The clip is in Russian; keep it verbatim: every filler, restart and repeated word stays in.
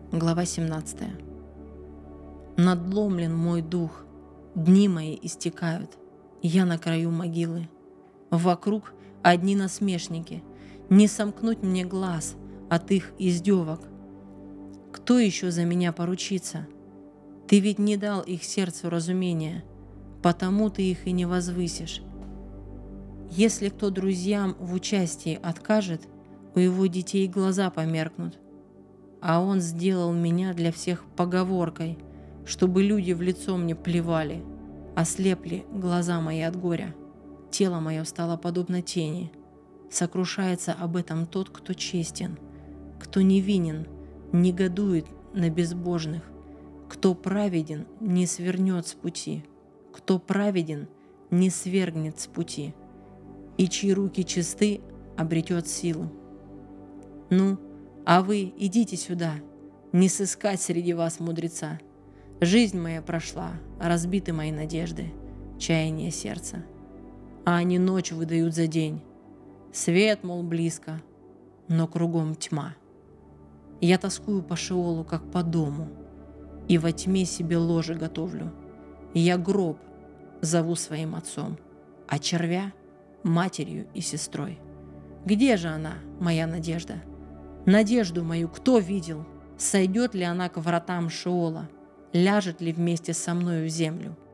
Глава семнадцатая. Надломлен мой дух, дни мои истекают, я на краю могилы. Вокруг одни насмешники, не сомкнуть мне глаз от их издевок. Кто еще за меня поручится? Ты ведь не дал их сердцу разумения, потому ты их и не возвысишь. Если кто друзьям в участии откажет, у его детей глаза померкнут. А он сделал меня для всех поговоркой, чтобы люди в лицо мне плевали, ослепли глаза мои от горя. Тело мое стало подобно тени. Сокрушается об этом тот, кто честен, кто невинен, негодует на безбожных, кто праведен, не свернет с пути, кто праведен, не свергнет с пути, и чьи руки чисты, обретет силу. Ну, а вы идите сюда, не сыскать среди вас мудреца. Жизнь моя прошла, разбиты мои надежды, чаяние сердца. А они ночь выдают за день. Свет, мол, близко, но кругом тьма. Я тоскую по Шеолу, как по дому, и во тьме себе ложе готовлю. Я гроб зову своим отцом, а червя — матерью и сестрой. Где же она, моя надежда? Надежду мою кто видел? Сойдет ли она к вратам Шеола? Ляжет ли вместе со мною в землю?